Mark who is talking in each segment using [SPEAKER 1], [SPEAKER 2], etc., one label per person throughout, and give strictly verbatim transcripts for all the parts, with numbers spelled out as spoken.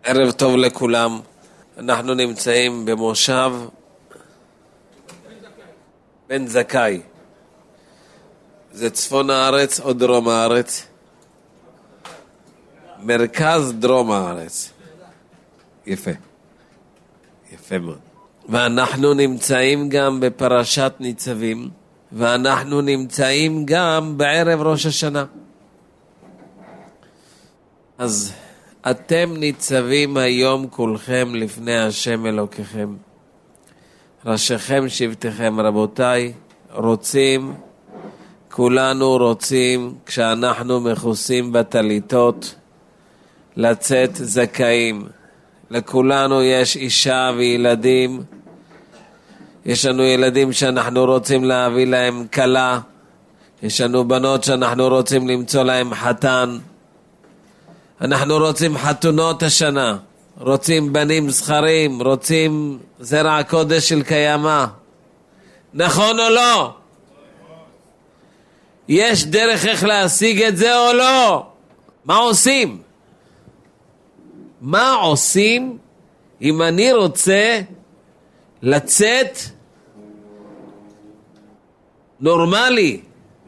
[SPEAKER 1] ערב טוב לכולם. אנחנו נמצאים במושב בן זכאי. זה צפון הארץ או דרום הארץ? מרכז דרום הארץ. יפה. יפה מאוד. ואנחנו נמצאים גם בפרשת ניצבים, ואנחנו נמצאים גם בערב ראש השנה. אז אתם ניצבים היום כולכם לפני השם אלוקיכם. ראשיכם שבטיכם. רבותיי, רוצים, כולנו רוצים, כשאנחנו מכוסים בטליתות, לצאת זכאים. לכולנו יש אישה וילדים. יש לנו ילדים שאנחנו רוצים להביא להם כלה. יש לנו בנות שאנחנו רוצים למצוא להם חתן. אנחנו רוצים חתונות השנה. רוצים בנים זכרים. רוצים זרע קודש של קיימה. נכון או לא? יש דרך איך להשיג את זה או לא? מה עושים? מה עושים אם אני רוצה לצאת נורמלי,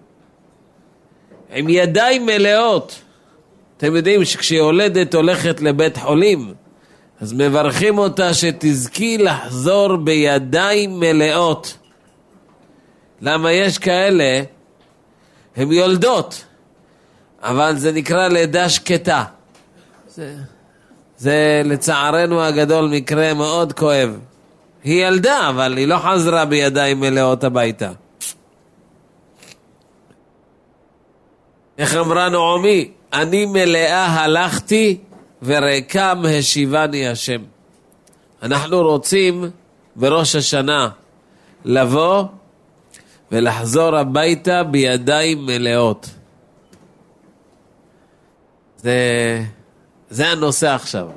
[SPEAKER 1] עם ידיים מלאות? אתם יודעים שכשיולדת הולכת לבית חולים, אז מברכים אותה שתזכי לחזור בידיים מלאות. למה יש כאלה, הם יולדות, אבל זה נקרא לידה שקטה. זה... זה לצערנו הגדול מקרה מאוד כואב. היא ילדה, אבל היא לא חזרה בידיים מלאות הביתה. איך אמרה נעמי? אני מלאה הלכתי וריקם השיבני השם. אנחנו רוצים בראש השנה לבוא ולחזור הביתה בידיים מלאות. זה... זה הנושא עכשיו.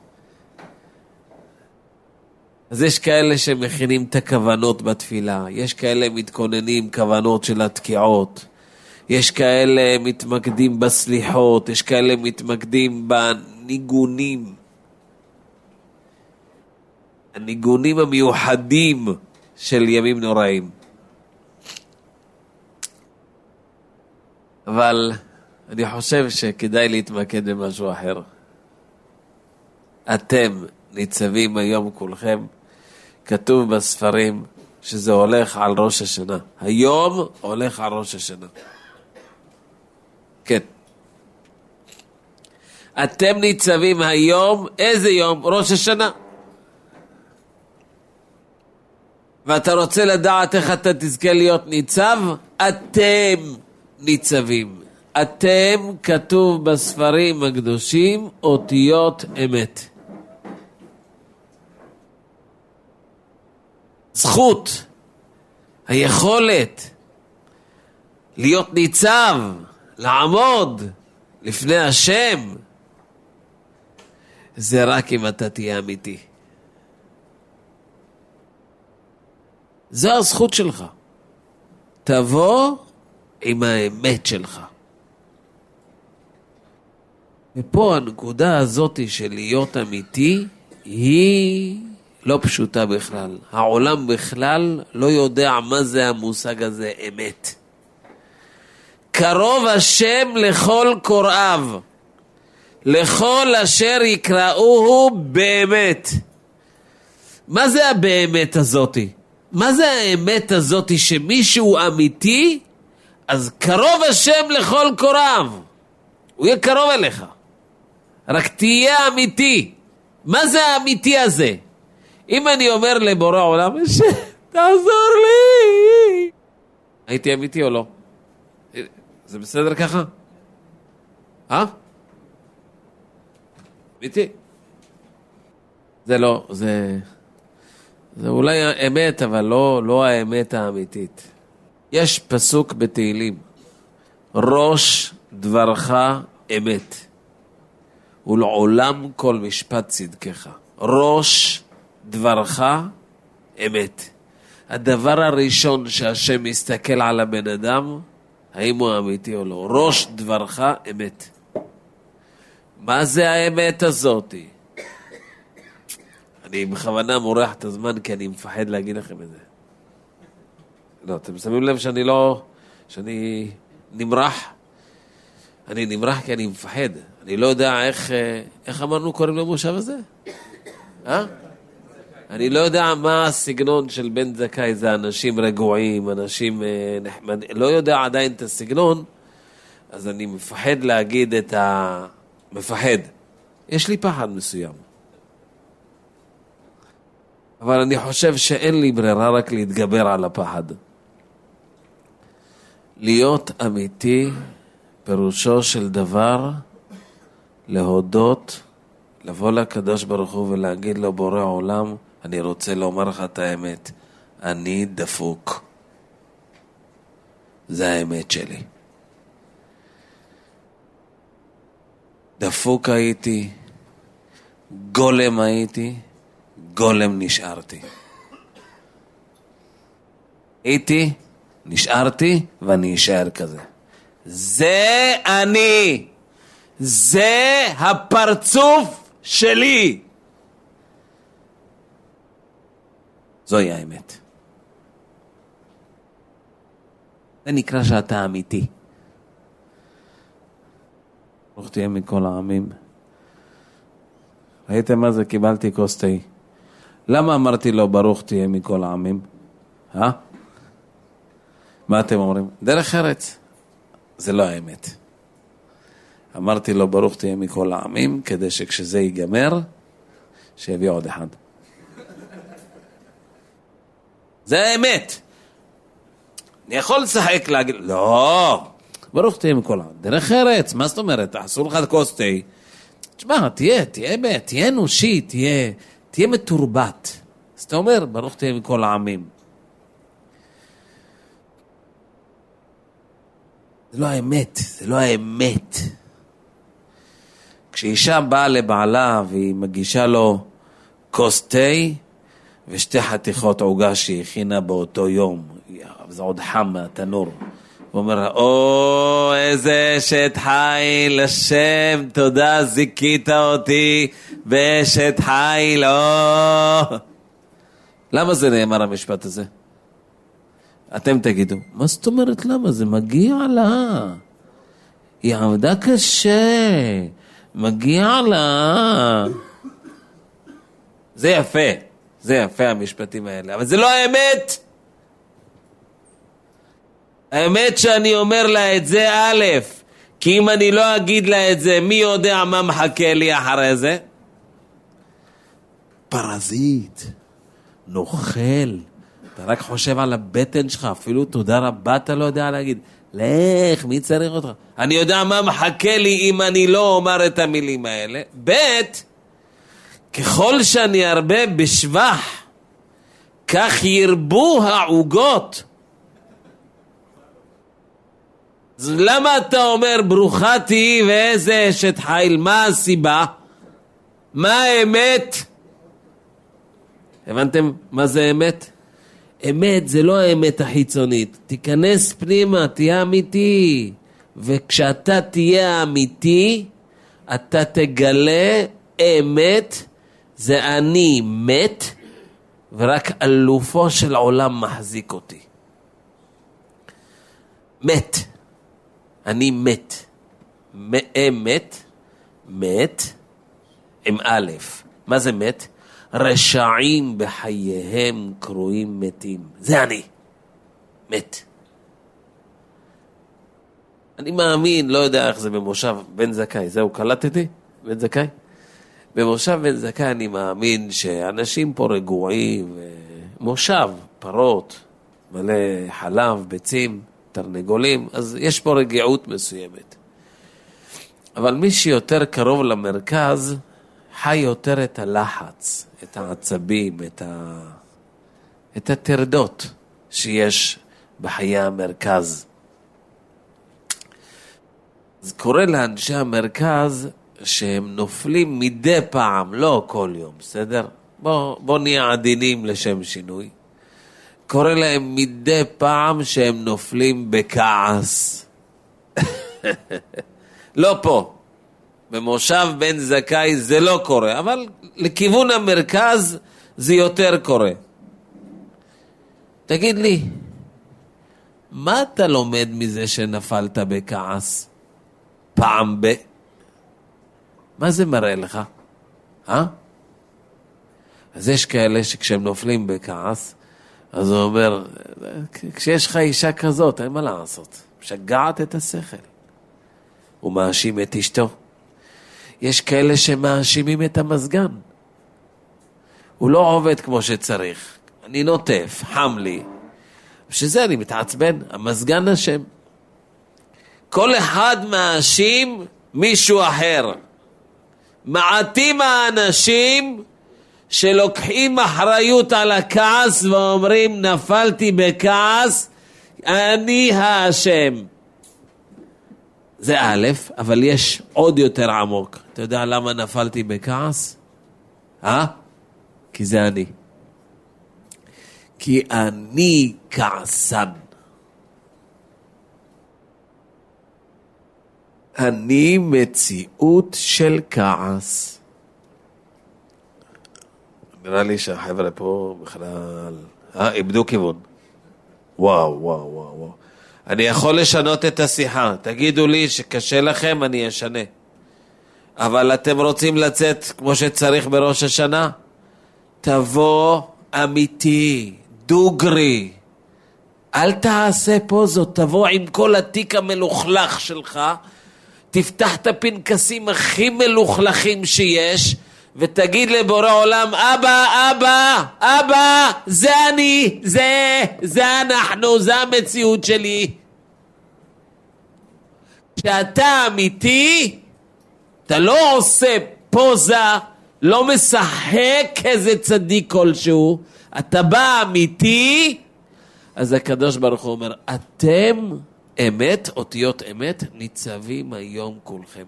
[SPEAKER 1] אז יש כאלה שמכינים את הכוונות בתפילה, יש כאלה מתכוננים כוונות של התקיעות, יש כאלה מתמקדים בסליחות, יש כאלה מתמקדים בניגונים, הניגונים המיוחדים של ימים נוראים. אבל אני חושב שכדאי להתמקד במשהו אחר. אתם ניצבים היום כולכם, כתוב בספרים שזה הולך על ראש השנה. היום הולך על ראש השנה. כן. אתם ניצבים היום, איזה יום? ראש השנה. ואתה רוצה לדעת איך אתה תזכה להיות ניצב? אתם ניצבים. אתם, כתוב בספרים הקדושים, אותיות אמת. זכות, היכולת להיות ניצב, לעמוד לפני השם, זה רק אם אתה תהיה אמיתי. זו הזכות שלך. תבוא עם האמת שלך. ופה הנקודה הזאת של להיות אמיתי היא לא פשוטה בכלל. העולם בכלל לא יודע מה זה המושג הזה אמת. קרוב השם לכל קוראיו, לכל אשר יקראוהו באמת. מה זה הבאמת הזאת? מה זה האמת הזאת שמישהו אמיתי, אז קרוב השם לכל קוראיו. הוא יהיה קרוב אליך. רק תהיה אמיתי. מה זה האמיתי הזה? אם אני אומר לבורא עולם, תעזור לי, הייתי אמיתי או לא? זה בסדר ככה? אה? אמיתי? זה לא, זה... זה אולי האמת, אבל לא, לא האמת האמיתית. יש פסוק בתהילים, ראש דברך אמת, ולעולם כל משפט צדקך. ראש דברך אמת. הדבר הראשון שהשם מסתכל על הבן אדם, האם הוא אמיתי או לא. ראש דברך אמת. מה זה האמת הזאת? אני בכוונה מורח את הזמן כי אני מפחד להגיד לכם את זה. לא, אתם שמים לב שאני לא, שאני נמרח. אני נמרח כי אני מפחד. אני לא יודע איך, איך אמרנו קוראים למושב הזה? אה? אני לא יודע מה הסגנון של בן זכאי, זה אנשים רגועים, אנשים נחמדים, לא יודע עדיין את הסגנון, אז אני מפחד להגיד את ה... מפחד. יש לי פחד מסוים. אבל אני חושב שאין לי ברירה רק להתגבר על הפחד. להיות אמיתי פירושו של דבר להודות, לבוא לקדוש ברוך הוא ולהגיד לו בורא עולם, אני רוצה לומר לך את האמת, אני דפוק. זה האמת שלי. דפוק הייתי, גולם הייתי, גולם נשארתי. הייתי, נשארתי ואני אשאר כזה. זה אני. זה הפרצוף שלי. זוהי האמת. זה נקרא שאתה אמיתי. ברוך תהיה מכל העמים. ראיתם מה זה? קיבלתי כוס תה. למה אמרתי לו ברוך תהיה מכל העמים? אה? מה אתם אומרים? דרך ארץ. זה לא האמת. אמרתי לו ברוך תהיה מכל העמים, כדי שכשזה ייגמר, שיביא עוד אחד. זה האמת. אני יכול לשחק להגיד, לא, ברוך תהיה מכל העמים. דרך ארץ, מה זאת אומרת? אסור לך כוס תה. תשמע, תהיה, תהיה, תהיה אנושי, תהיה, תהיה מתורבת. אז אתה אומר, ברוך תהיה מכל העמים. זה לא האמת, זה לא האמת. כשאישה באה לבעלה והיא מגישה לו כוס תה ושתי חתיכות עוגה שהיא הכינה באותו יום, זה עוד חם מהתנור, הוא אומר, או איזה אשת חיל, השם, תודה, זיקית אותי באשת חיל, או. למה זה נאמר המשפט הזה? אתם תגידו, מה זאת אומרת למה? זה מגיע לה. היא עבדה קשה. מגיע לה. זה יפה. זה יפה המשפטים האלה. אבל זה לא האמת. האמת שאני אומר לה את זה א', כי אם אני לא אגיד לה את זה, מי יודע מה מחכה לי אחרי זה? פרזיט. נוכל. אתה רק חושב על הבטן שלך, אפילו תודה רבה אתה לא יודע להגיד. לך, מי צריך אותך? אני יודע מה מחכה לי אם אני לא אומר את המילים האלה. ב' ככל שאני הרבה בשבח, כך ירבו העוגות. אז למה אתה אומר ברוכה תהי ואיזה אשת חיל? מה הסיבה? מה האמת? הבנתם מה זה אמת? אמת זה לא האמת החיצונית. תיכנס פנימה, תהיה אמיתי. וכשאתה תהיה אמיתי, אתה תגלה אמת, זה אני מת, ורק אלופו של עולם מחזיק אותי. מת. אני מת. אמת, מת, עם א'. מה זה מת? רשעים בחייהם קרויים מתים. זה אני. מת. אני מאמין, לא יודע איך זה במושב בן זכאי. זהו, קלטתי? בן זכאי? במושב בן זכאי אני מאמין שאנשים פה רגועים, מושב, פרות, מלא חלב, ביצים, תרנגולים, אז יש פה רגיעות מסוימת. אבל מי שיותר קרוב למרכז, חי יותר את הלחץ, את העצבים, את, ה... את התרדות שיש בחיי המרכז. אז קורא לאנשי המרכז שהם נופלים מדי פעם, לא כל יום, בסדר? בוא, בוא נהיה עדינים לשם שינוי. קורא להם מדי פעם שהם נופלים בכעס. לא פה. במושב בן זכאי זה לא קורה, אבל לכיוון המרכז זה יותר קורה. תגיד לי, מה אתה לומד מזה שנפלת בכעס פעם ב... מה זה מראה לך? אה? אז יש כאלה שכשהם נופלים בכעס, אז הוא אומר, כשיש לך אישה כזאת, אין מה לעשות. משגעת את השכל. הוא מאשים את אשתו. יש כאלה שמאשימים את המזגן. הוא לא עובד כמו שצריך. אני נוטף, חם לי. בשביל אני מתעצבן, המזגן אשם. כל אחד מאשים מישהו אחר. מעטים האנשים שלוקחים אחריות על הכעס ואומרים נפלתי בכעס, אני האשם. זה א', אבל יש עוד יותר עמוק. אתה יודע למה נפלתי בכעס? אה? כי זה אני. כי אני כעסן. אני מציאות של כעס. נראה לי שהחבר'ה פה בכלל... אה, איבדו כיוון. וואו, וואו, וואו, וואו. אני יכול לשנות את השיחה. תגידו לי שקשה לכם, אני אשנה. אבל אתם רוצים לצאת כמו שצריך בראש השנה? תבוא אמיתי, דוגרי. אל תעשה פה זאת, תבוא עם כל התיק המלוכלך שלך, תפתח את הפנקסים הכי מלוכלכים שיש, ותגיד לבורא עולם, אבא, אבא, אבא, זה אני, זה, זה אנחנו, זה המציאות שלי. כשאתה אמיתי, אתה לא עושה פוזה, לא משחק איזה צדיק כלשהו, אתה בא אמיתי, אז הקדוש ברוך הוא אומר, אתם אמת, אותיות אמת, ניצבים היום כולכם.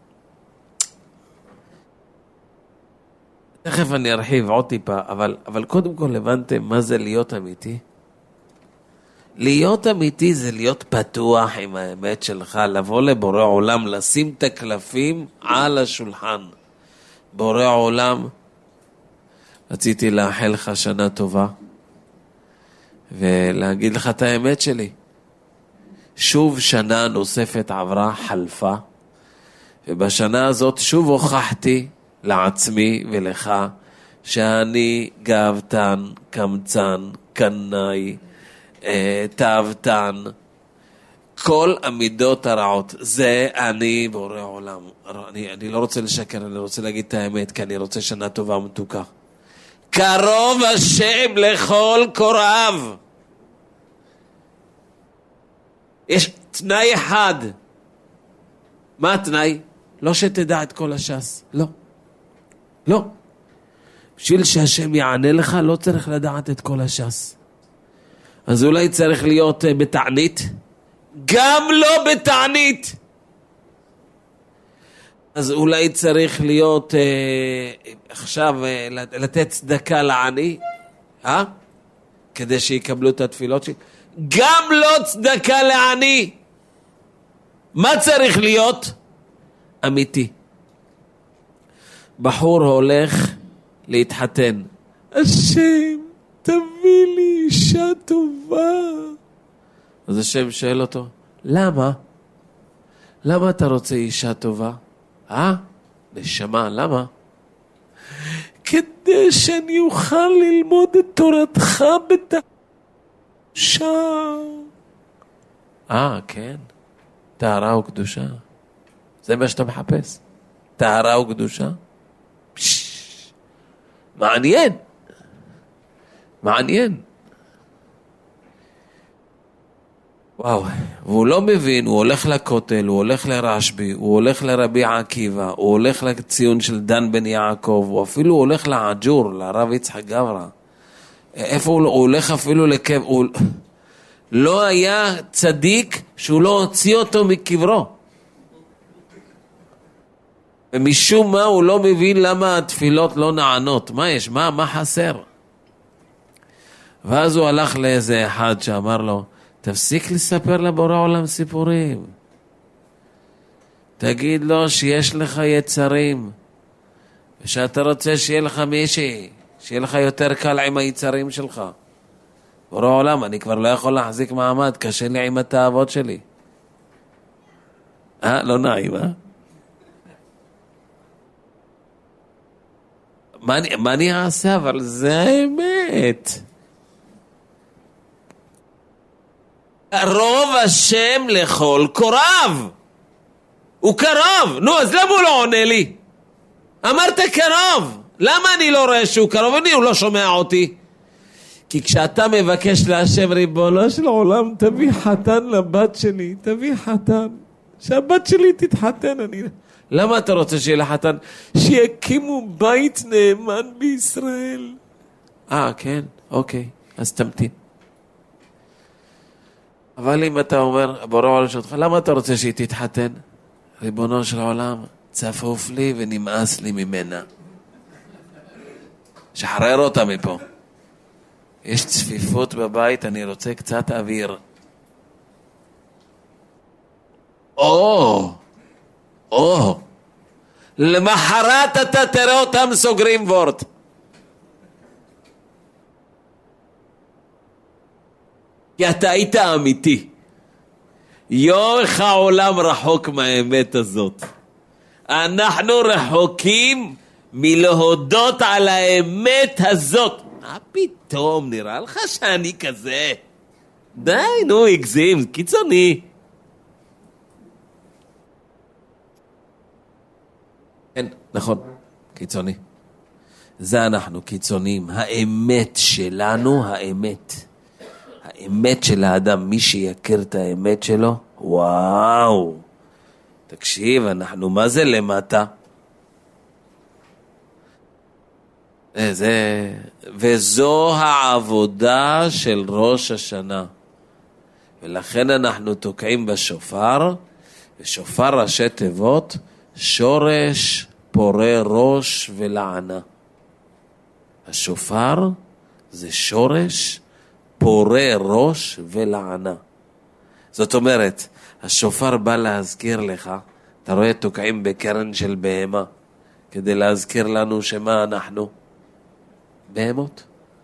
[SPEAKER 1] תכף אני ארחיב עוד טיפה, אבל, אבל קודם כל הבנתם מה זה להיות אמיתי? להיות אמיתי זה להיות פתוח עם האמת שלך, לבוא לבורא עולם, לשים את הקלפים על השולחן. בורא עולם, רציתי לאחל לך שנה טובה, ולהגיד לך את האמת שלי. שוב שנה נוספת עברה, חלפה, ובשנה הזאת שוב הוכחתי לעצמי ולך, שאני גאוותן, קמצן, קנאי, תאוותן, כל המידות הרעות, זה אני בורא עולם. אני, אני לא רוצה לשקר, אני רוצה להגיד את האמת, כי אני רוצה שנה טובה ומתוקה. קרוב השם לכל קוראיו. יש תנאי אחד. מה התנאי? לא שתדע את כל הש"ס. לא. לא. בשביל שהשם יענה לך, לא צריך לדעת את כל הש"ס. אז אולי צריך להיות uh, בתענית? גם לא בתענית. אז אולי צריך להיות uh, עכשיו uh, לתת צדקה לעני, אה? כדי שיקבלו את התפילות שלי. גם לא צדקה לעני. מה צריך להיות? אמיתי. בחור הולך להתחתן. השם, תביא לי אישה טובה. אז השם שואל אותו, למה? למה אתה רוצה אישה טובה? אה? נשמה, למה? כדי שאני אוכל ללמוד את תורתך בתקדושה. אה, כן. טהרה וקדושה. זה מה שאתה מחפש. טהרה וקדושה. פש, מעניין. מעניין. וואו, והוא לא מבין, הוא הולך לכותל, הוא הולך לרשב"י, הוא הולך לרבי עקיבא, הוא הולך לציון של דן בן יעקב, הוא אפילו הולך לעג'ור, לרב יצחק גברא. איפה הוא, הוא הולך אפילו לקב... הוא... לא היה צדיק שהוא לא הוציא אותו מקברו. ומשום מה הוא לא מבין למה התפילות לא נענות. מה יש? מה, מה חסר? ואז הוא הלך לאיזה אחד שאמר לו, תפסיק לספר לבורא עולם סיפורים. תגיד לו שיש לך יצרים, ושאתה רוצה שיהיה לך מישהי, שיהיה לך יותר קל עם היצרים שלך. בורא עולם, אני כבר לא יכול להחזיק מעמד, קשה לי עם התאוות שלי. אה, לא נעים, אה? מה אני, מה אני אעשה? אבל זה האמת. קרוב השם לכל קורב. הוא קרוב. נו, אז למה הוא לא עונה לי? אמרת קרוב. למה אני לא רואה שהוא קרוב? אני, הוא לא שומע אותי. כי כשאתה מבקש להשם ריבונו של עולם, תביא חתן לבת שלי, תביא חתן. שהבת שלי תתחתן. אני... למה אתה רוצה שיהיה לחתן? שיקימו בית נאמן בישראל. אה, כן? אוקיי. אז תמתין. אבל אם אתה אומר, בורא עולם שלך, למה אתה רוצה שהיא תתחתן? ריבונו של העולם, צפוף לי ונמאס לי ממנה. שחרר אותה מפה. יש צפיפות בבית, אני רוצה קצת אוויר. או, או, למחרת אתה תראה אותם סוגרים וורט. כי אתה היית אמיתי. יורך העולם רחוק מהאמת הזאת. אנחנו רחוקים מלהודות על האמת הזאת. מה פתאום, נראה לך שאני כזה? די, נו, הגזים, קיצוני. כן, נכון, קיצוני. זה אנחנו, קיצונים. האמת שלנו, האמת. האמת של האדם, מי שיכיר את האמת שלו, וואו. תקשיב, אנחנו מה זה למטה? זה, וזו העבודה של ראש השנה. ולכן אנחנו תוקעים בשופר, ושופר ראשי תיבות, שורש, פורה ראש ולענה. השופר זה שורש, פורה ראש ולענה. זאת אומרת, השופר בא להזכיר לך, אתה רואה תוקעים בקרן של בהמה, כדי להזכיר לנו שמה אנחנו? בהמות.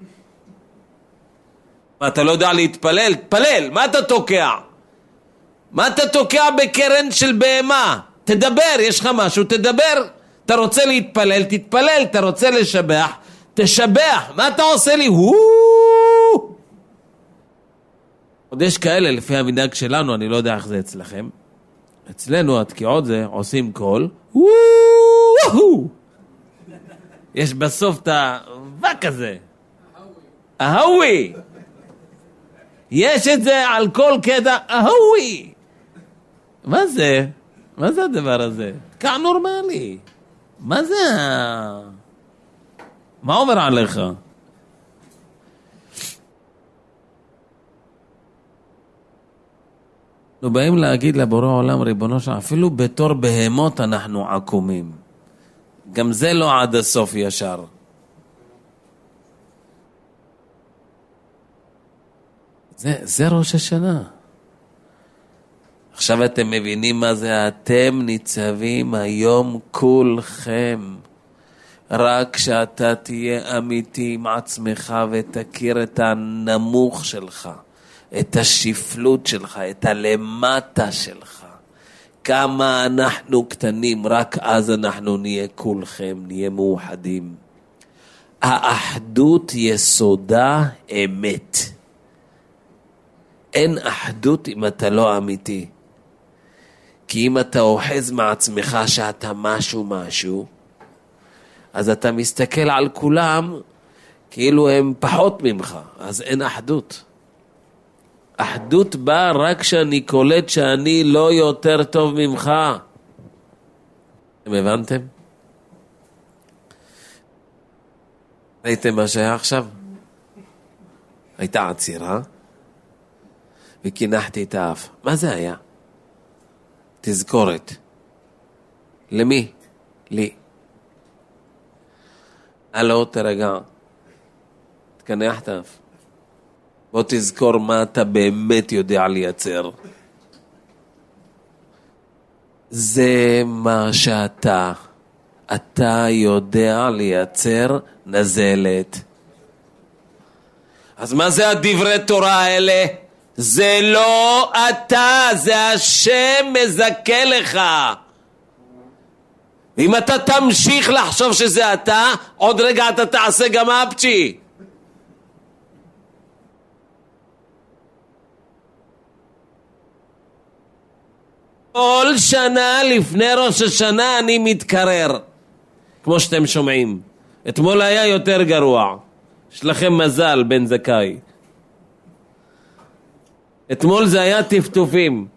[SPEAKER 1] מה, אתה לא יודע להתפלל? תפלל, מה אתה תוקע? מה אתה תוקע בקרן של בהמה? תדבר, יש לך משהו, תדבר. אתה רוצה להתפלל, תתפלל. אתה רוצה לשבח, תשבח. מה אתה עושה לי? עוד יש כאלה, לפי המנהג שלנו, אני לא יודע איך זה אצלכם. אצלנו התקיעות זה עושים קול. יש בסוף את הווק הזה. אהווי. יש את זה על כל קטע. אהווי. מה זה? מה זה הדבר הזה? תקע נורמלי. מה זה? מה אומר עליך? אנחנו באים להגיד לבורא עולם, ריבונו שלנו, אפילו בתור בהמות אנחנו עקומים. גם זה לא עד הסוף ישר. זה, זה ראש השנה. עכשיו אתם מבינים מה זה? אתם ניצבים היום כולכם. רק כשאתה תהיה אמיתי עם עצמך ותכיר את הנמוך שלך, את השפלות שלך, את הלמטה שלך. כמה אנחנו קטנים, רק אז אנחנו נהיה כולכם, נהיה מאוחדים. האחדות יסודה אמת. אין אחדות אם אתה לא אמיתי. כי אם אתה אוחז מעצמך שאתה משהו משהו, אז אתה מסתכל על כולם כאילו הם פחות ממך, אז אין אחדות. אחדות באה רק כשאני קולט שאני לא יותר טוב ממך. אתם הבנתם? ראיתם מה שהיה עכשיו? הייתה עצירה וכינחתי את האף. מה זה היה? תזכורת. למי? לי. הלו, תרגע. תקנח את האף. בוא תזכור מה אתה באמת יודע לייצר. זה מה שאתה. אתה יודע לייצר נזלת. אז מה זה הדברי תורה האלה? זה לא אתה, זה השם מזכה לך. ואם אתה תמשיך לחשוב שזה אתה, עוד רגע אתה תעשה גם אפצ'י. כל שנה לפני ראש השנה אני מתקרר, כמו שאתם שומעים. אתמול היה יותר גרוע. יש לכם מזל בן זכאי. אתמול זה היה טפטופים.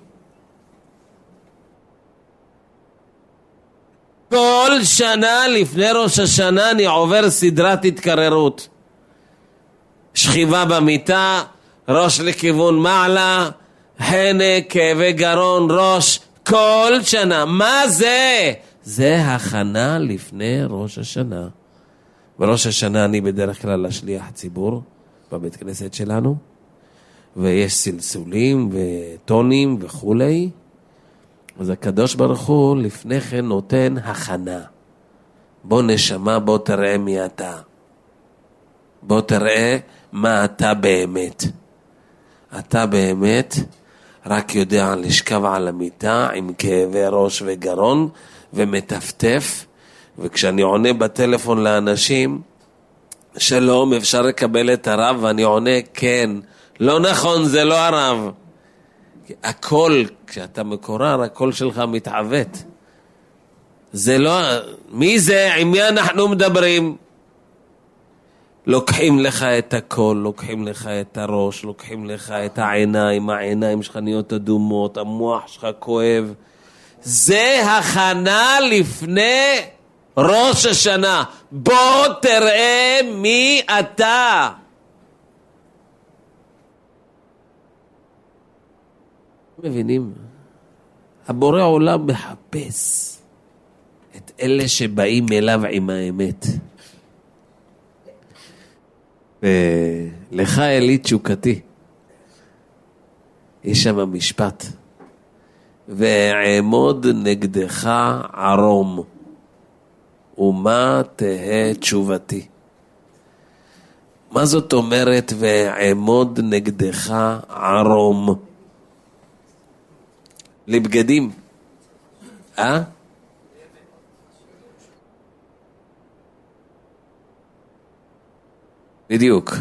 [SPEAKER 1] כל שנה לפני ראש השנה אני עובר סדרת התקררות. שכיבה במיטה, ראש לכיוון מעלה, חנק, כאבי גרון, ראש, כל שנה. מה זה? זה הכנה לפני ראש השנה. בראש השנה אני בדרך כלל לשליח ציבור בבית כנסת שלנו, ויש סלסולים וטונים וכולי. אז הקדוש ברוך הוא לפני כן נותן הכנה. בוא נשמה, בוא תראה מי אתה. בוא תראה מה אתה באמת. אתה באמת רק יודע לשכב על המיטה עם כאבי ראש וגרון ומטפטף, וכשאני עונה בטלפון לאנשים, שלום, אפשר לקבל את הרב? ואני עונה כן. לא נכון, זה לא הרב. הכל, כשאתה מקורר, הכל שלך מתעוות. זה לא, מי זה? עם מי אנחנו מדברים? לוקחים לך את הכל, לוקחים לך את הראש, לוקחים לך את העיניים, העיניים שלך נהיות אדומות, המוח שלך כואב. זה הכנה לפני ראש השנה. בוא תראה מי אתה. מבינים? הבורא עולם מחפש את אלה שבאים אליו עם האמת. ולך אלי תשוקתי, יש שם משפט, ועמוד נגדך ערום, ומה תהה תשובתי. מה זאת אומרת ועמוד נגדך ערום? לבגדים, אה? בדיוק.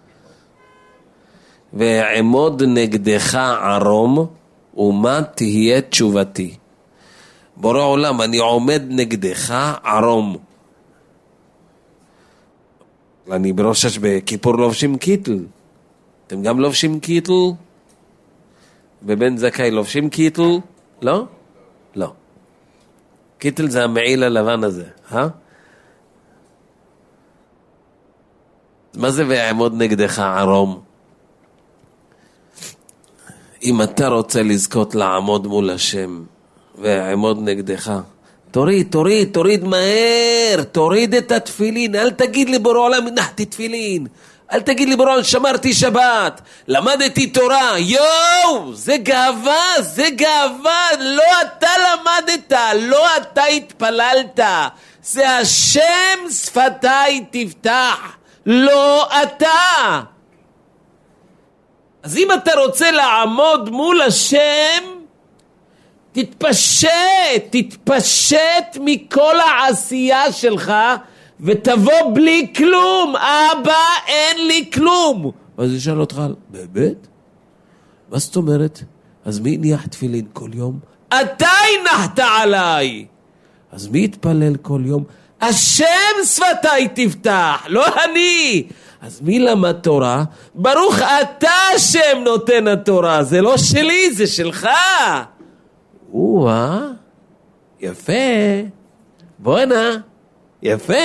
[SPEAKER 1] ועמוד נגדך ערום, ומה תהיה תשובתי. בורא עולם, אני עומד נגדך ערום. אני בראש בכיפור לובשים קיטל. אתם גם לובשים קיטל? בבן זכאי לובשים קיטל? לא? לא. קיטל זה המעיל הלבן הזה, אה? מה זה ועמוד נגדך ערום? אם אתה רוצה לזכות לעמוד מול השם ועמוד נגדך, תוריד, תוריד, תוריד מהר, תוריד את התפילין. אל תגיד לי בורא עולם הנחתי תפילין, אל תגיד לי בורא עולם שמרתי שבת, למדתי תורה. יואו, זה גאווה, זה גאווה. לא אתה למדת, לא אתה התפללת, זה השם שפתיי תפתח, לא אתה. אז אם אתה רוצה לעמוד מול השם, תתפשט, תתפשט מכל העשייה שלך, ותבוא בלי כלום. אבא, אין לי כלום. אז ישאל אותך, באמת? מה זאת אומרת? אז מי הניח תפילין כל יום? אתה הנחת עליי. אז מי יתפלל כל יום? השם שפתיי תפתח, לא אני. אז מי למד תורה? ברוך אתה השם נותן התורה, זה לא שלי, זה שלך. וואה, יפה, בואנה, יפה,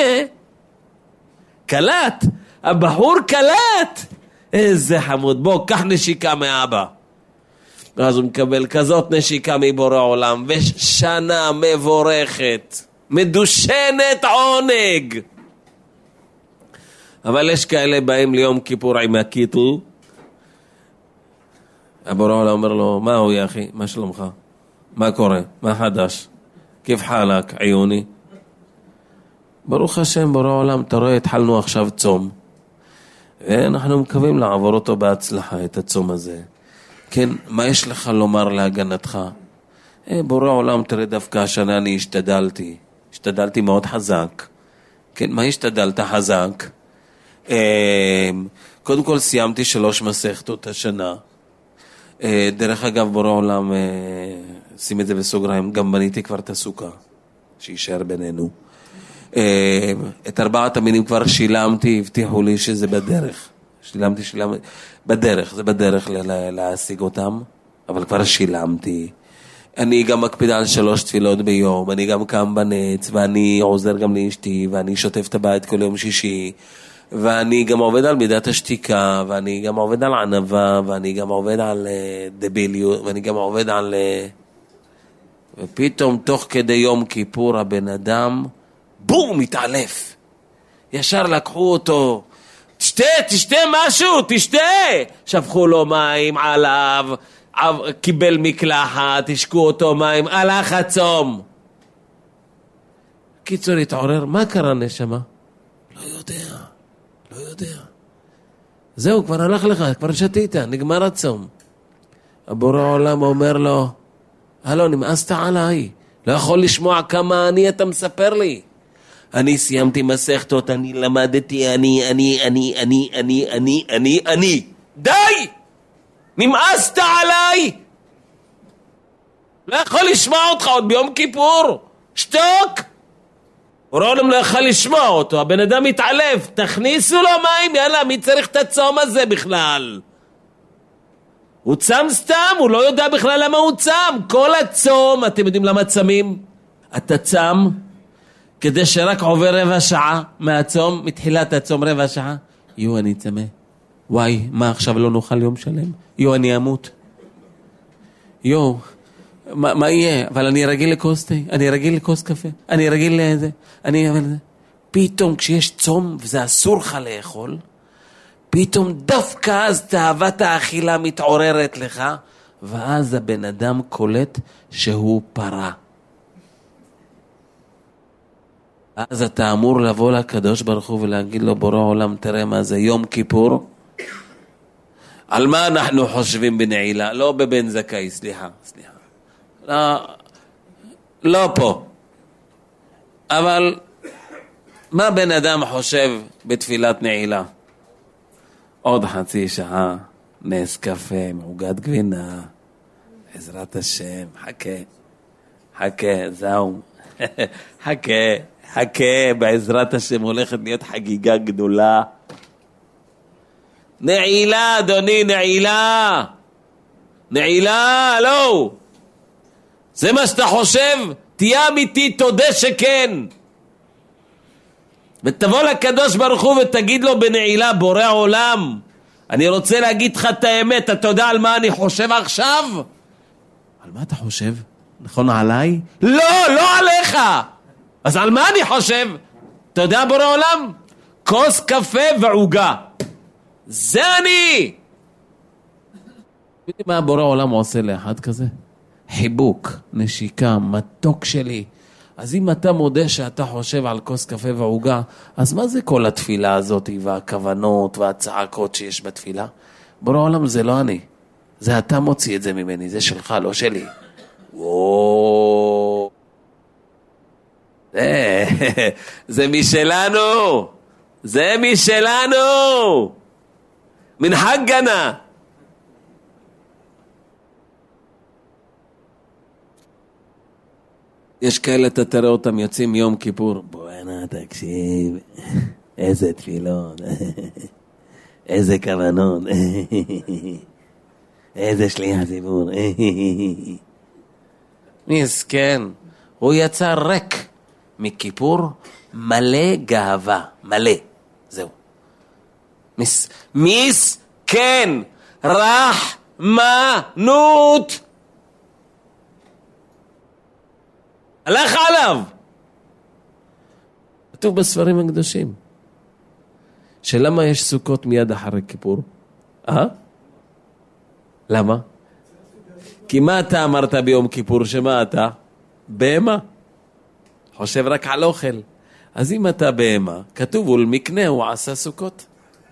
[SPEAKER 1] קלט, הבחור קלט, איזה חמוד. בוא, קח נשיקה מאבא. אז הוא מקבל כזאת נשיקה מבורא עולם, ושנה מבורכת, מדושנת עונג. אבל יש כאלה באים ליום כיפור עם הקיטל, הבורא עולם אומר לו, מה הוא יא אחי? מה שלומך? מה קורה? מה חדש? כיף חלק, עיוני? ברוך השם, בורא עולם, אתה רואה, התחלנו עכשיו צום, ואנחנו מקווים לעבור אותו בהצלחה, את הצום הזה. כן, מה יש לך לומר להגנתך? אה, בורא עולם, תראה, דווקא השנה אני השתדלתי, השתדלתי מאוד חזק. כן, מה השתדלת חזק? אה, קודם כל סיימתי שלוש מסכתות השנה. אה, דרך אגב, בורא עולם, אה, שים את זה בסוגריים, גם בניתי כבר את הסוכה, שישאר בינינו. אה, את ארבעת המינים כבר שילמתי, הבטיחו לי שזה בדרך. שילמתי, שילמתי, בדרך, זה בדרך ל- ל- להשיג אותם, אבל כבר שילמתי. אני גם מקפיד על שלוש תפילות ביום, אני גם קם בנץ, ואני עוזר גם לאשתי, ואני שוטף את הבית כל יום שישי, ואני גם עובד על מידת השתיקה, ואני גם עובד על ענווה, ואני גם עובד על uh, דביליות, ואני גם עובד על... Uh, ופתאום תוך כדי יום כיפור הבן אדם, בום, מתעלף. ישר לקחו אותו, תשתה, תשתה משהו, תשתה. שפכו לו מים עליו, קיבל מקלחת, תשקו אותו מים, הלך הצום. קיצור, התעורר, מה קרה נשמה? לא יודע, לא יודע. זהו, כבר הלך לך, כבר שתית, נגמר הצום. הבורא העולם אומר לו, הלו, נמאסת עליי, לא יכול לשמוע כמה אני אתה מספר לי. אני סיימתי מסכתות, אני למדתי, אני, אני, אני, אני, אני, אני, אני, אני. די! נמאסת עליי! לא יכול לשמוע אותך עוד ביום כיפור. שתוק! אורולם לא יכול לשמוע אותו, הבן אדם מתעלף, תכניסו לו מים, יאללה, מי צריך את הצום הזה בכלל? הוא צם סתם, הוא לא יודע בכלל למה הוא צם. כל הצום, אתם יודעים למה צמים? אתה צם כדי שרק עובר רבע שעה מהצום, מתחילת הצום רבע שעה. יו, אני צמא. וואי, מה עכשיו לא נאכל יום שלם? יו, אני אמות. יו, מה, מה יהיה? אבל אני רגיל לכוס תה, אני רגיל לכוס קפה, אני רגיל לזה, אני... אבל... פתאום כשיש צום וזה אסור לך לאכול, פתאום דווקא אז תאוות האכילה מתעוררת לך, ואז הבן אדם קולט שהוא פרה. אז אתה אמור לבוא לקדוש ברוך הוא ולהגיד לו, בורא עולם, תראה מה זה יום כיפור. על מה אנחנו חושבים בנעילה? לא בבן זכאי, סליחה, סליחה. לא, לא פה. אבל מה בן אדם חושב בתפילת נעילה? עוד חצי שעה, נס קפה, מעוגת גבינה, בעזרת השם, חכה, חכה, זהו, חכה, חכה, בעזרת השם הולכת להיות חגיגה גדולה. נעילה, אדוני, נעילה. נעילה, לא. זה מה שאתה חושב? תהיה אמיתי, תודה שכן. ותבוא לקדוש ברוך הוא ותגיד לו בנעילה, בורא עולם, אני רוצה להגיד לך את האמת, אתה יודע על מה אני חושב עכשיו? על מה אתה חושב? נכון עליי? לא, לא עליך. אז על מה אני חושב? אתה יודע בורא עולם? כוס קפה ועוגה. זה אני. יודעים מה בורא עולם עושה לאחד כזה? חיבוק, נשיקה, מתוק שלי. אז אם אתה מודה שאתה חושב על כוס קפה ועוגה, אז מה זה כל התפילה הזאת והכוונות והצעקות שיש בתפילה? בורא עולם, זה לא אני. זה אתה מוציא את זה ממני, זה שלך, לא שלי. וואו. זה, זה משלנו. זה משלנו. מן חגנה. יש כאלה, אתה תראה אותם יוצאים יום כיפור. בואנה, תקשיב, איזה תפילות, איזה כוונות, איזה שליח ציבור. מסכן, הוא יצא ריק מכיפור, מלא גאווה, מלא, זהו. מס, מסכן, רחמנות. הלך עליו. כתוב בספרים הקדושים שלמה יש סוכות מיד אחרי כיפור? אה? למה? כי מה אתה אמרת ביום כיפור? שמה אתה? בהמה. חושב רק על אוכל. אז אם אתה בהמה, כתוב ולמקנה הוא עשה סוכות.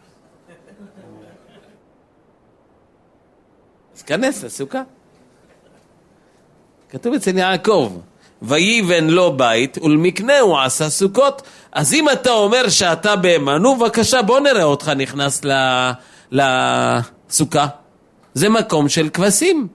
[SPEAKER 1] אז כנס לסוכה. כתוב אצל יעקב, ויבן לו בית ולמקנה הוא עשה סוכות. אז אם אתה אומר שאתה בהמה, נו בבקשה בוא נראה אותך נכנס לסוכה. זה מקום של כבשים.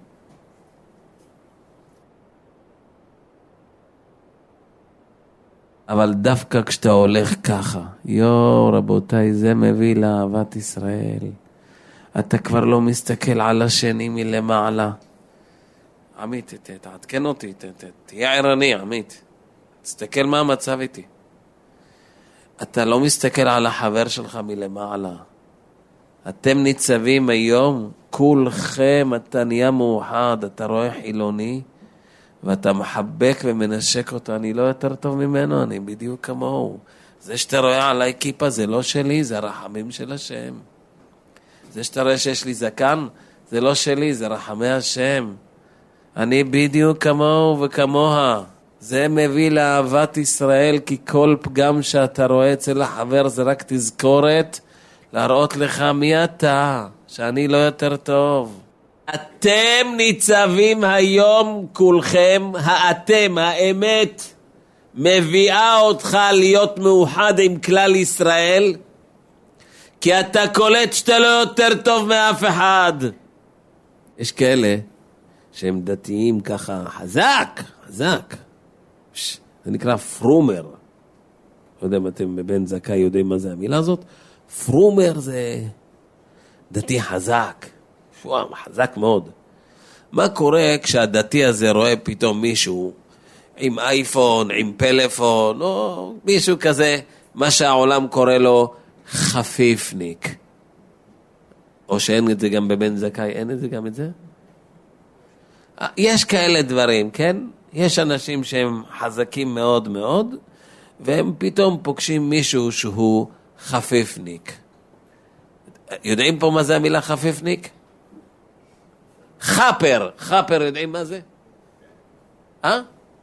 [SPEAKER 1] אבל דווקא כשאתה הולך ככה, יו רבותיי, זה מביא לאהבת ישראל. אתה כבר לא מסתכל על השני מלמעלה. עמית, תעדכן אותי, תהיה ערני, עמית. תסתכל מה המצב איתי. אתה לא מסתכל על החבר שלך מלמעלה. אתם ניצבים היום, כולכם, אתה נהיה מאוחד, אתה רואה חילוני, ואתה מחבק ומנשק אותו, אני לא יותר טוב ממנו, אני בדיוק כמוהו. זה שאתה רואה עליי כיפה זה לא שלי, זה הרחמים של השם. זה שאתה רואה שיש לי זקן, זה לא שלי, זה רחמי השם. אני בדיוק כמוהו וכמוה. זה מביא לאהבת ישראל, כי כל פגם שאתה רואה אצל החבר זה רק תזכורת להראות לך מי אתה, שאני לא יותר טוב. אתם ניצבים היום כולכם, האתם, האמת, מביאה אותך להיות מאוחד עם כלל ישראל, כי אתה קולט שאתה לא יותר טוב מאף אחד. יש כאלה שהם דתיים ככה חזק, חזק. זה נקרא פרומר. לא יודע אם אתם בבן זכאי יודעים מה זה המילה הזאת. פרומר זה דתי חזק. וואו, חזק מאוד. מה קורה כשהדתי הזה רואה פתאום מישהו עם אייפון, עם פלאפון, או מישהו כזה, מה שהעולם קורא לו חפיפניק. או שאין את זה גם בבן זכאי, אין את זה גם את זה? יש כאלה דברים, כן? יש אנשים שהם חזקים מאוד מאוד, והם פתאום פוגשים מישהו שהוא חפיפניק. יודעים פה מה זה המילה חפיפניק? חפר, חפר יודעים מה זה? אה?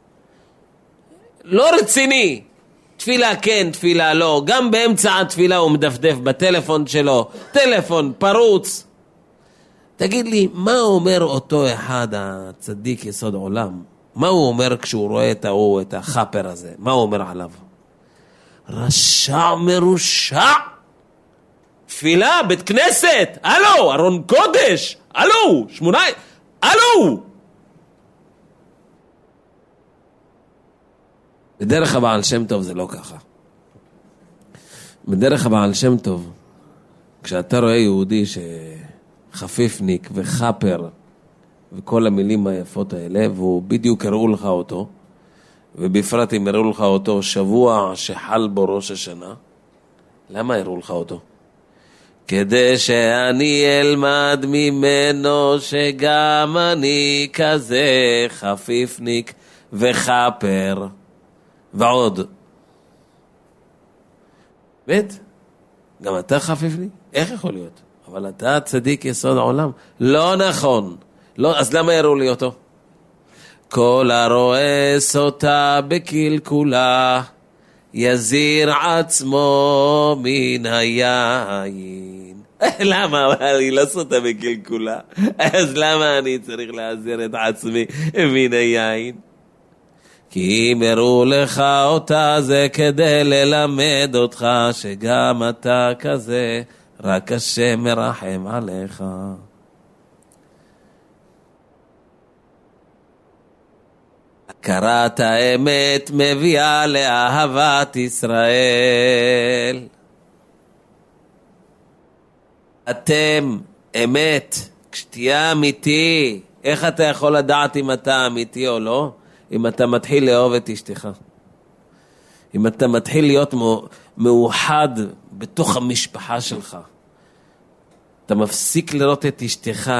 [SPEAKER 1] לא רציני. תפילה כן, תפילה לא. גם באמצע התפילה הוא מדפדף בטלפון שלו. טלפון פרוץ. תגיד לי, מה אומר אותו אחד הצדיק יסוד עולם? מה הוא אומר כשהוא רואה את, ההוא, את החפר הזה? מה הוא אומר עליו? רשע מרושע. תפילה, בית כנסת. הלו, ארון קודש. הלו, שמונה. הלו. בדרך הבעל שם טוב זה לא ככה. בדרך הבעל שם טוב, כשאתה רואה יהודי שחפיפניק וחפר וכל המילים היפות האלה, והוא בדיוק הראו לך אותו, ובפרט אם הראו לך אותו שבוע שחל בו ראש השנה, למה הראו לך אותו? כדי שאני אלמד ממנו שגם אני כזה חפיפניק וחפר ועוד. בית, גם אתה חפיפניק? איך יכול להיות? אבל אתה צדיק יסוד העולם. לא נכון. לא, אז למה יראו לי אותו? כל הרועס אותה בקלקולה יזיר עצמו מן היין. למה? אני לא סוטה בקלקולה. אז למה אני צריך להזיר את עצמי מן היין? כי אם הראו לך אותה זה כדי ללמד אותך שגם אתה כזה, רק השם מרחם עליך. הכרת האמת מביאה לאהבת ישראל. אתם אמת, כשתהיה אמיתי, איך אתה יכול לדעת אם אתה אמיתי או לא? אם אתה מתחיל לאהוב את אשתך. אם אתה מתחיל להיות מאוחד בתוך המשפחה שלך. אתה מפסיק לראות את אשתך,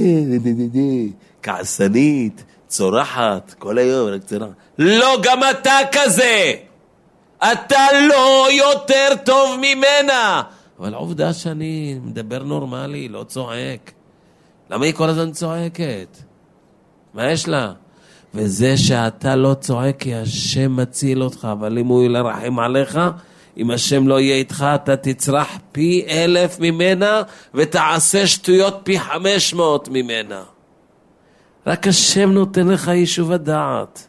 [SPEAKER 1] כעסנית, צורחת, כל היום רק צורחת. לא, גם אתה כזה. אתה לא יותר טוב ממנה. אבל עובדה שאני מדבר נורמלי, לא צועק. למה היא כל הזמן צועקת? מה יש לה? וזה שאתה לא צועק כי השם מציל אותך, אבל אם הוא ירחם עליך, אם השם לא יהיה איתך, אתה תצרח פי אלף ממנה, ותעשה שטויות פי חמש מאות ממנה. רק השם נותן לך יישוב הדעת.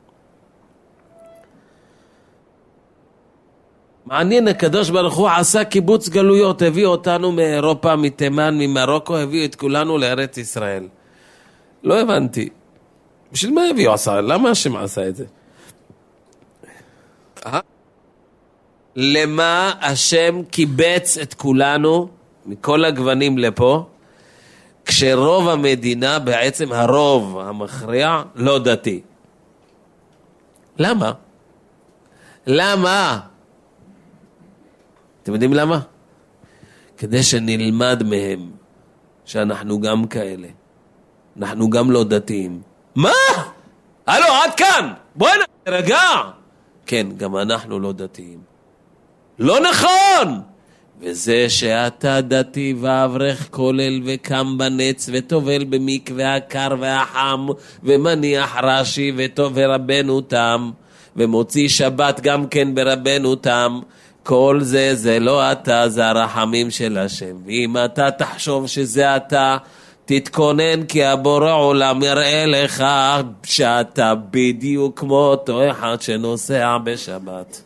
[SPEAKER 1] מעניין, הקדוש ברוך הוא עשה קיבוץ גלויות, הביא אותנו מאירופה, מתימן, ממרוקו, הביא את כולנו לארץ ישראל. לא הבנתי. בשביל מה הביא עשה? למה השם עשה את זה? למה השם קיבץ את כולנו מכל הגוונים לפה, כשרוב המדינה, בעצם הרוב המכריע, לא דתי? למה? למה? אתם יודעים למה? כדי שנלמד מהם שאנחנו גם כאלה. אנחנו גם לא דתיים. מה? הלו, עד כאן! בואי נרגע! כן, גם אנחנו לא דתיים. לא נכון! וזה שאתה דתי ואברך כולל וקם בנץ וטובל במקווה הקר והחם ומניח רש"י ורבנו תם ומוציא שבת גם כן ברבנו תם, כל זה זה לא אתה, זה הרחמים של השם. ואם אתה תחשוב שזה אתה, תתכונן, כי הבורא עולם יראה לך שאתה בדיוק כמו אותו אחד שנוסע בשבת.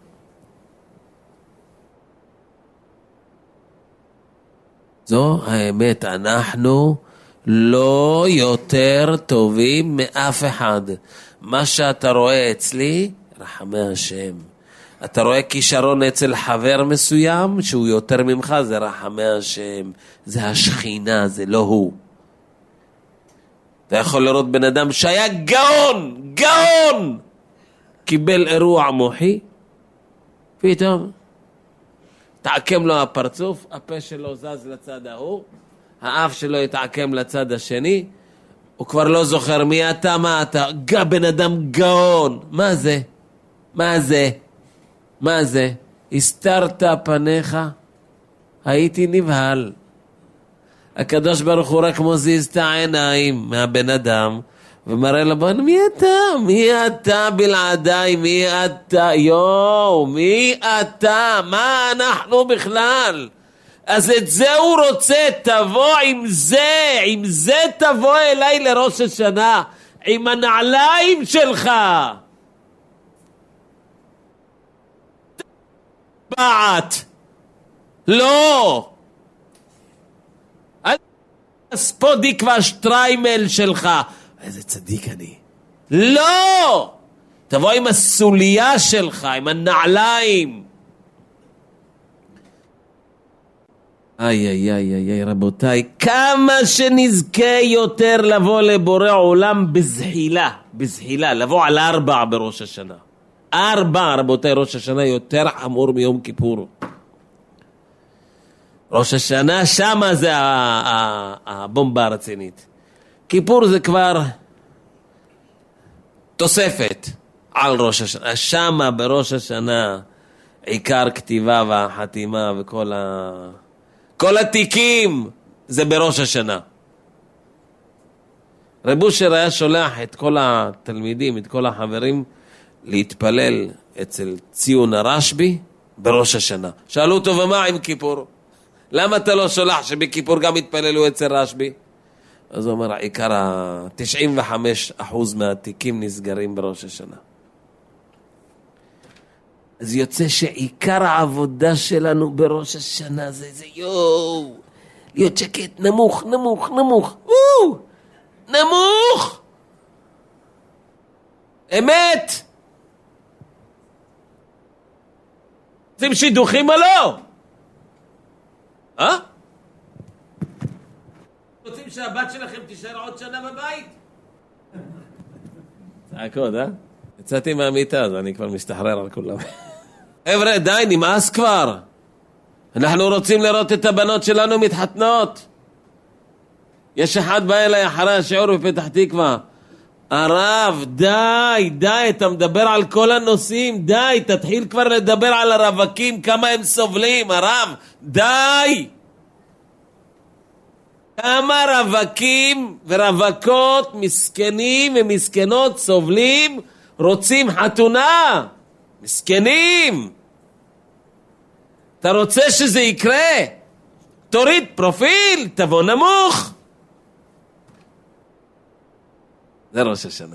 [SPEAKER 1] זו האמת, אנחנו לא יותר טובים מאף אחד. מה שאתה רואה אצלי, רחמי השם. אתה רואה כישרון אצל חבר מסוים שהוא יותר ממך, זה רחמי השם, זה השכינה, זה לא הוא. אתה יכול לראות בן אדם שהיה גאון, גאון, קיבל אירוע מוחי, פתאום תעקם לו הפרצוף, הפה שלו זז לצד ההוא, האף שלו יתעקם לצד השני, הוא כבר לא זוכר מי אתה, מה אתה, בן אדם גאון. מה זה? מה זה? מה זה? הסתרת פניך? הייתי נבהל. הקדוש ברוך הוא רק מוזיז את העיניים מהבן אדם ומראה לבן, מי אתה? מי אתה בלעדיי? מי אתה? יואו, מי אתה? מה אנחנו בכלל? אז את זה הוא רוצה, תבוא עם זה, עם זה תבוא אליי לראש השנה, עם הנעליים שלך. בעט. לא. הספודיק והשטריימל שלך. איזה צדיק אני. לא. תבוא עם הסוליה שלך, עם הנעליים. איי, איי, איי, איי, רבותיי, כמה שנזכה יותר לבוא לבורא עולם בזחילה, בזחילה, לבוא על ארבע בראש השנה. ארבע, רבותיי, ראש השנה יותר חמור מיום כיפור. ראש השנה, שמה זה הבומבה הרצינית. כיפור זה כבר תוספת על ראש השנה. שמה בראש השנה עיקר כתיבה והחתימה וכל ה... כל התיקים זה בראש השנה. רב אושר היה שולח את כל התלמידים, את כל החברים, להתפלל אצל ציון הרשב"י בראש השנה. שאלו אותו, ומה עם כיפור? למה אתה לא שולח שבכיפור גם התפללו אצל רשב"י? אז הוא אומר, עיקר ה-תשעים וחמישה אחוז מהתיקים נסגרים בראש השנה. אז יוצא שעיקר העבודה שלנו בראש השנה זה, זה יואו, להיות שקט, נמוך, נמוך, נמוך, וואו, נמוך. אמת. רוצים שידוכים או לא? אה? רוצים שהבת שלכם תישאר עוד שנה בבית? צעקות, אה? יצאתי מהמיטה, אז אני כבר משתחרר על כולם. חבר'ה, די, נמאס כבר. אנחנו רוצים לראות את הבנות שלנו מתחתנות. יש אחד בא אליי אחרי השיעור בפתח תקווה. הרב, די, די, אתה מדבר על כל הנושאים, די, תתחיל כבר לדבר על הרווקים, כמה הם סובלים, הרב, די. כמה רווקים ורווקות מסכנים ומסכנות סובלים, רוצים חתונה. מסכנים. אתה רוצה שזה יקרה? תוריד פרופיל, תבוא נמוך. זה ראש השנה.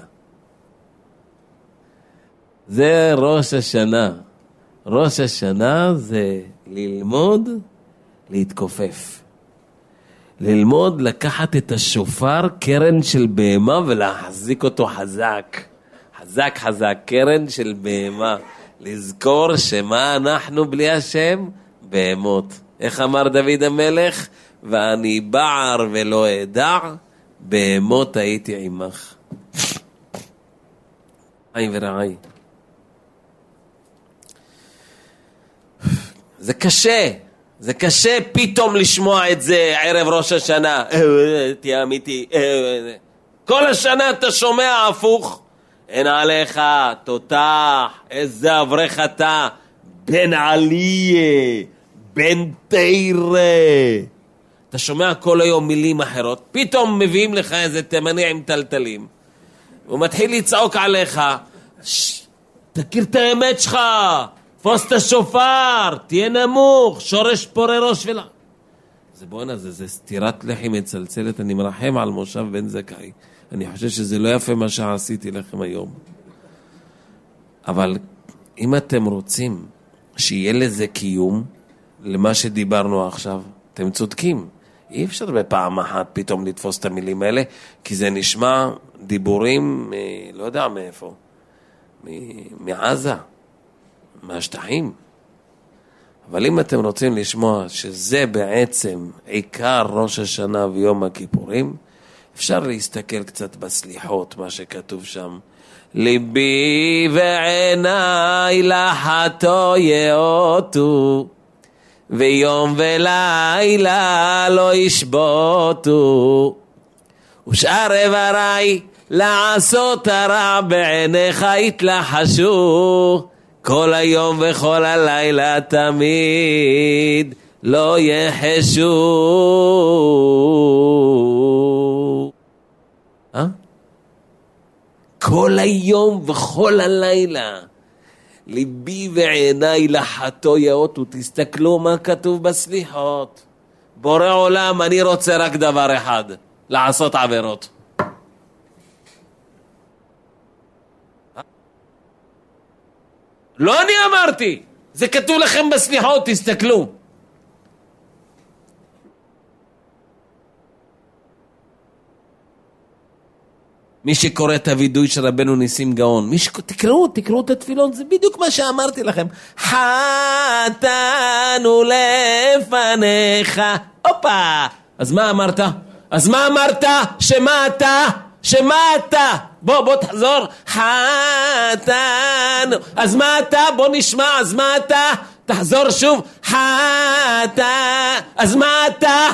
[SPEAKER 1] זה ראש השנה. ראש השנה זה ללמוד להתכופף. ללמוד לקחת את השופר, קרן של בהמה, ולהחזיק אותו חזק. חזק חזק, קרן של בהמה. לזכור שמה אנחנו בלי השם? בהמות. איך אמר דוד המלך? ואני בער ולא אדע, בהמות הייתי עמך. היי ורעי. זה קשה. זה קשה פתאום לשמוע את זה ערב ראש השנה. תהיה אמיתי. כל השנה אתה שומע הפוך. אין עליך, תותח, איזה אברך אתה, בן עליה, בן תירה. אתה שומע כל היום מילים אחרות, פתאום מביאים לך איזה תימני עם טלטלים. הוא מתחיל לצעוק עליך, תכיר את האמת שלך, תפוס את השופר, תהיה נמוך, שורש פורה ראש ולה. זה בואנה, זה, זה סתירת לחי מצלצלת, אני מרחם על מושב בן זכאי. אני חושב שזה לא יפה מה שעשיתי לכם היום. אבל אם אתם רוצים שיהיה לזה קיום, למה שדיברנו עכשיו, אתם צודקים. אי אפשר בפעם אחת פתאום לתפוס את המילים האלה, כי זה נשמע דיבורים, מ- לא יודע מאיפה, מ- מעזה, מהשטחים. אבל אם אתם רוצים לשמוע שזה בעצם עיקר ראש השנה ויום הכיפורים, אפשר להסתכל קצת בסליחות, מה שכתוב שם. ליבי ועיניי לחתו יאותו, ויום ולילה לא ישבותו, ושאר איבריי לעשות הרע בעיניך יתלחשו, כל היום וכל הלילה תמיד לא יחשו. אה? כל היום וכל הלילה ליבי ועיניי לחתו יאותו. תסתכלו מה כתוב בסליחות. בורא עולם, אני רוצה רק דבר אחד, לעשות עבירות. לא אני אמרתי, זה כתוב לכם בסליחות, תסתכלו. מי שקורא את הוידוי של רבנו ניסים גאון, מי שק... תקראו, תקראו את התפילות, זה בדיוק מה שאמרתי לכם. חטאנו לפניך. אופה. אז מה אמרת? אז מה אמרת? שמה אתה? שמה אתה? בוא, בוא תחזור. חטאנו. אז מה אתה? בוא נשמע. אז מה אתה? תחזור שוב. חטא. אז מה אתה?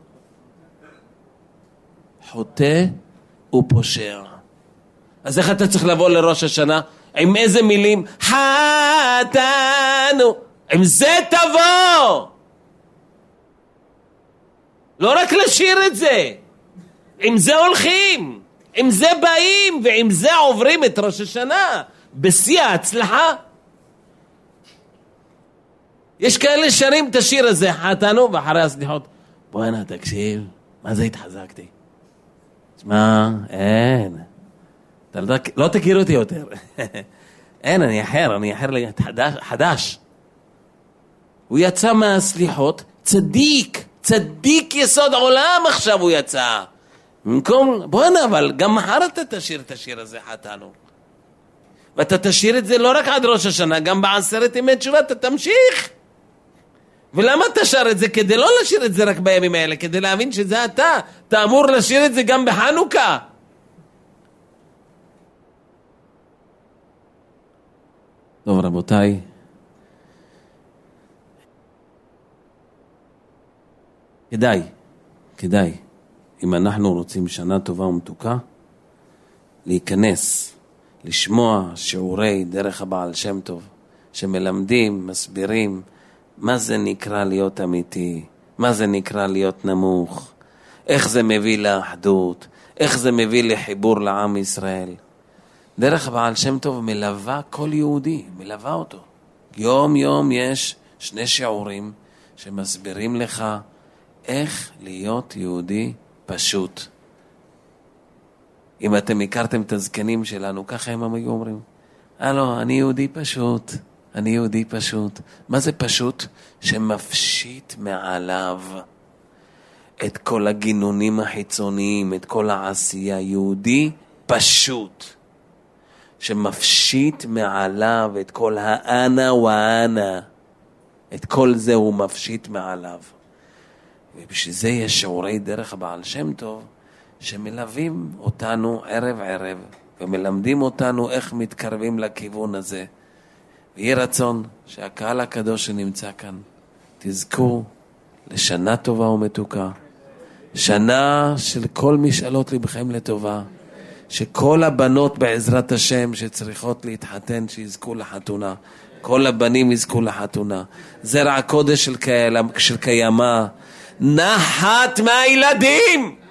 [SPEAKER 1] חוטא ופושע. אז איך אתה צריך לבוא לראש השנה? עם איזה מילים? חטאנו. עם זה תבוא. לא רק לשיר את זה. עם זה הולכים. עם זה באים. ועם זה עוברים את ראש השנה. בשיא ההצלחה. יש כאלה שרים את השיר הזה. חטאנו ואחרי הסליחות. בוא הנה תקשיב. מה זה התחזקתי? תשמע, אין. אתה לא, לא תכיר אותי יותר. אין, אני אחר, אני אחר חדש, חדש. הוא יצא מהסליחות, צדיק, צדיק יסוד עולם עכשיו הוא יצא. במקום, בוא נה, אבל גם מחר אתה תשאיר את השיר הזה, חטאנו. ואתה תשאיר את זה לא רק עד ראש השנה, גם בעשרת ימי תשובה אתה תמשיך. ולמה אתה שר את זה? כדי לא לשיר את זה רק בימים האלה, כדי להבין שזה אתה. אתה אמור לשיר את זה גם בחנוכה. טוב רבותיי, כדאי, כדאי, אם אנחנו רוצים שנה טובה ומתוקה, להיכנס, לשמוע שיעורי דרך הבעל שם טוב, שמלמדים, מסבירים, מה זה נקרא להיות אמיתי? מה זה נקרא להיות נמוך? איך זה מביא לאחדות, איך זה מביא לחיבור לעם ישראל. דרך הבעל שם טוב מלווה כל יהודי, מלווה אותו. יום יום יש שני שיעורים שמסבירים לך איך להיות יהודי פשוט. אם אתם הכרתם את הזקנים שלנו, ככה הם היו אומרים, הלו, אני יהודי פשוט, אני יהודי פשוט. מה זה פשוט? שמפשיט מעליו את כל הגינונים החיצוניים, את כל העשייה. יהודי פשוט, שמפשיט מעליו את כל האנה ואנה. את כל זה הוא מפשיט מעליו. ובשביל זה יש שיעורי דרך הבעל שם טוב, שמלווים אותנו ערב ערב, ומלמדים אותנו איך מתקרבים לכיוון הזה. ויהי רצון שהקהל הקדוש שנמצא כאן, תזכו לשנה טובה ומתוקה. שנה של כל משאלות לבכם לטובה. שכל הבנות בעזרת השם שצריכות להתחתן, שיזכו לחתונה. כל הבנים יזכו לחתונה. זרע הקודש של, קיימה, של קיימה. נחת מהילדים.